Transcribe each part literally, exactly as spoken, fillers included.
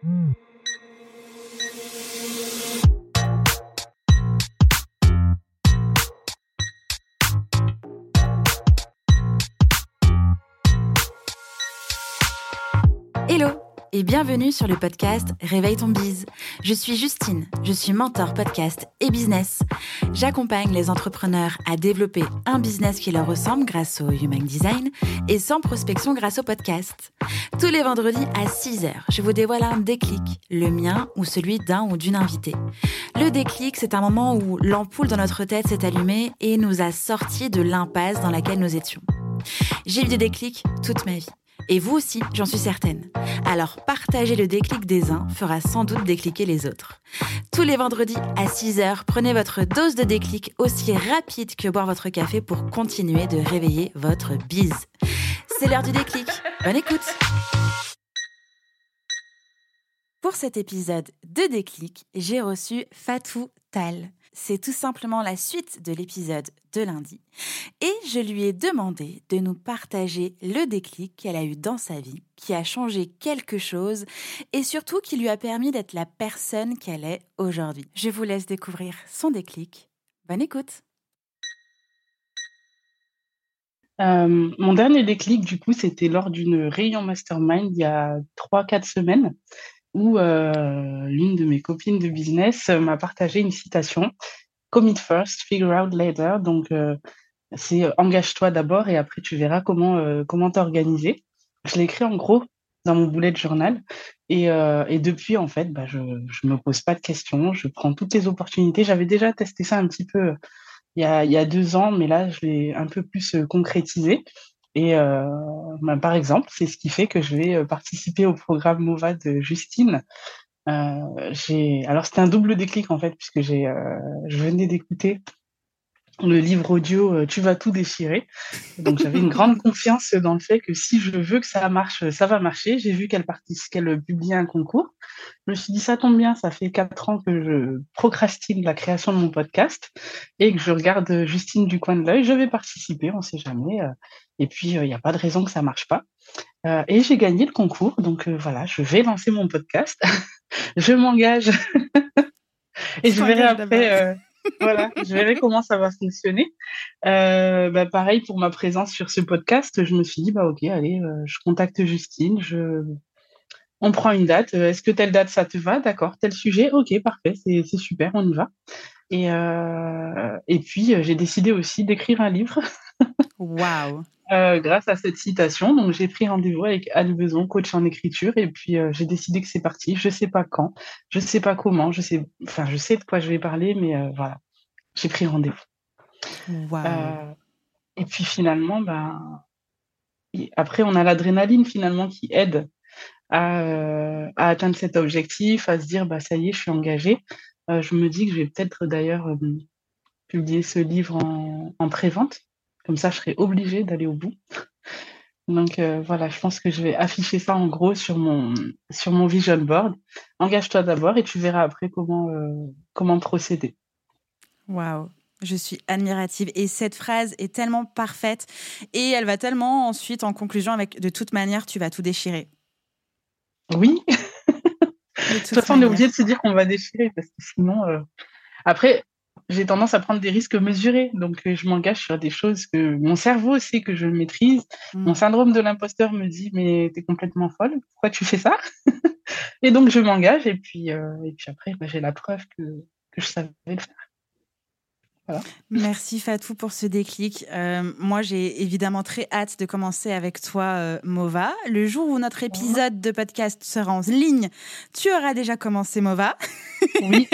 Hello et bienvenue sur le podcast Réveille ton bise. Je suis Justine, je suis mentor podcast et business. J'accompagne les entrepreneurs à développer un business qui leur ressemble grâce au Human Design et sans prospection grâce au podcast. Tous les vendredis à six heures, je vous dévoile un déclic, le mien ou celui d'un ou d'une invitée. Le déclic, c'est un moment où l'ampoule dans notre tête s'est allumée et nous a sortis de l'impasse dans laquelle nous étions. J'ai eu des déclics toute ma vie. Et vous aussi, j'en suis certaine. Alors, partager le déclic des uns fera sans doute décliquer les autres. Tous les vendredis à six heures, prenez votre dose de déclic aussi rapide que boire votre café pour continuer de réveiller votre bise. C'est l'heure du déclic. Bonne écoute. Pour cet épisode de Déclic, j'ai reçu Fatou Tall. C'est tout simplement la suite de l'épisode de lundi. Et je lui ai demandé de nous partager le déclic qu'elle a eu dans sa vie, qui a changé quelque chose et surtout qui lui a permis d'être la personne qu'elle est aujourd'hui. Je vous laisse découvrir son déclic. Bonne écoute. Euh, mon dernier déclic, du coup, c'était lors d'une réunion mastermind il y a trois quatre semaines où euh, l'une de mes copines de business euh, m'a partagé une citation. Commit first, figure out later. Donc, euh, c'est euh, engage-toi d'abord et après tu verras comment euh, comment t'organiser. Je l'ai écrit en gros dans mon bullet journal et, euh, et depuis, en fait, bah, je je me pose pas de questions. Je prends toutes les opportunités. J'avais déjà testé ça un petit peu euh, il y a, il y a deux ans, mais là, je l'ai un peu plus euh, concrétisé. Et euh, bah, par exemple, c'est ce qui fait que je vais euh, participer au programme MOVA de Justine. Euh, j'ai... Alors, c'était un double déclic, en fait, puisque j'ai, euh, je venais d'écouter le livre audio euh, Tu vas tout déchirer. Donc, j'avais une grande confiance dans le fait que si je veux que ça marche, ça va marcher. J'ai vu qu'elle participe, qu'elle publiait un concours. Je me suis dit, ça tombe bien, ça fait quatre ans que je procrastine la création de mon podcast et que je regarde Justine du coin de l'œil. Je vais participer, on ne sait jamais. euh, Et puis, il n'y a pas de raison que ça marche pas. Euh, et j'ai gagné le concours. Donc, euh, voilà, je vais lancer mon podcast. Je m'engage et Tu je verrai t'engages après. d'abord. euh, Voilà, je verrai comment ça va fonctionner. Euh, bah, pareil pour ma présence sur ce podcast, je me suis dit, bah ok, allez, euh, je contacte Justine, je on prend une date. Euh, Est-ce que telle date, ça te va? D'accord. Tel sujet? Ok, parfait. C'est, c'est super, on y va. Et, euh, et puis, euh, j'ai décidé aussi d'écrire un livre Waouh. euh, grâce à cette citation. Donc, j'ai pris rendez-vous avec Anne Beson, coach en écriture. Et puis, euh, j'ai décidé que c'est parti. Je sais pas quand, je sais pas comment, je sais, enfin, je sais de quoi je vais parler, mais euh, voilà, j'ai pris rendez-vous. Waouh. Euh, et puis, finalement, ben, et après, on a l'adrénaline finalement qui aide à, euh, à atteindre cet objectif, à se dire bah ça y est, je suis engagée. Euh, je me dis que je vais peut-être d'ailleurs euh, publier ce livre en, en pré-vente. Comme ça, je serai obligée d'aller au bout. Donc euh, voilà, je pense que je vais afficher ça en gros sur mon sur mon vision board. Engage-toi d'abord et tu verras après comment euh, comment procéder. Waouh. Je suis admirative. Et cette phrase est tellement parfaite. Et elle va tellement ensuite en conclusion avec « de toute manière, tu vas tout déchirer Oui, ». De de toute toute façon, on est manière. obligé de se dire qu'on va déchirer parce que sinon, euh, après, j'ai tendance à prendre des risques mesurés. Donc, euh, je m'engage sur des choses que mon cerveau sait que je maîtrise. Mon Mm. syndrome de l'imposteur me dit, mais t'es complètement folle. Pourquoi tu fais ça? Et donc, je m'engage. Et puis, euh, et puis après, bah, j'ai la preuve que, que je savais le faire. Voilà. Merci Fatou pour ce déclic. Euh, moi, j'ai évidemment très hâte de commencer avec toi, euh, Mova. Le jour où notre épisode de podcast sera en ligne, tu auras déjà commencé Mova. Oui.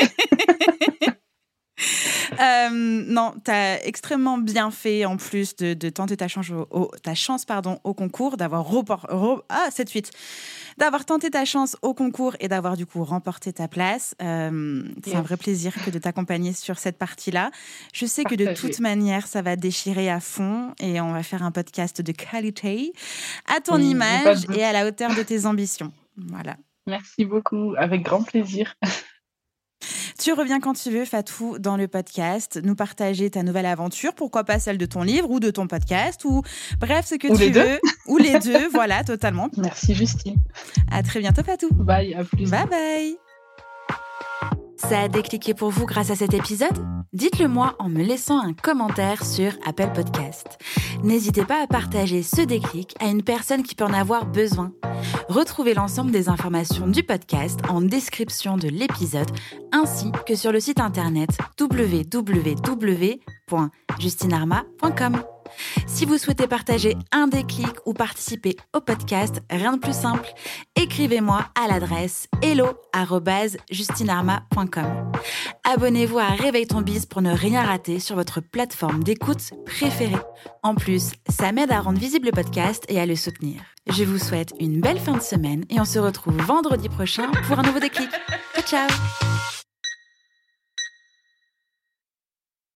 Euh, non, tu as extrêmement bien fait en plus de, de tenter ta chance au, au- ta chance, pardon, au concours, d'avoir repor- re- ah, sept huit, d'avoir tenté ta chance au concours et d'avoir du coup remporté ta place. Euh, c'est un Yes. vrai plaisir que de t'accompagner sur cette partie-là. Je sais que de Partagé. toute manière, ça va déchirer à fond et on va faire un podcast de qualité à ton Oui, j'ai pas de image doute. et à la hauteur de tes ambitions. Voilà. Merci beaucoup. Avec grand plaisir. Tu reviens quand tu veux, Fatou, dans le podcast, nous partager ta nouvelle aventure, pourquoi pas celle de ton livre ou de ton podcast, ou bref, ce que ou tu les veux. Deux. Ou les deux, voilà, totalement. Merci Justine. À très bientôt, Fatou. Bye, à plus. Bye bye. Ça a décliqué pour vous grâce à cet épisode ? Dites-le moi en me laissant un commentaire sur Apple Podcast. N'hésitez pas à partager ce déclic à une personne qui peut en avoir besoin. Retrouvez l'ensemble des informations du podcast en description de l'épisode ainsi que sur le site internet w w w point justine arma point com. Si vous souhaitez partager un déclic ou participer au podcast, rien de plus simple, écrivez-moi à l'adresse hello arobase justine arma point com. Abonnez-vous à Réveille ton Biz pour ne rien rater sur votre plateforme d'écoute préférée. En plus, ça m'aide à rendre visible le podcast et à le soutenir. Je vous souhaite une belle fin de semaine et on se retrouve vendredi prochain pour un nouveau déclic. Ciao, ciao!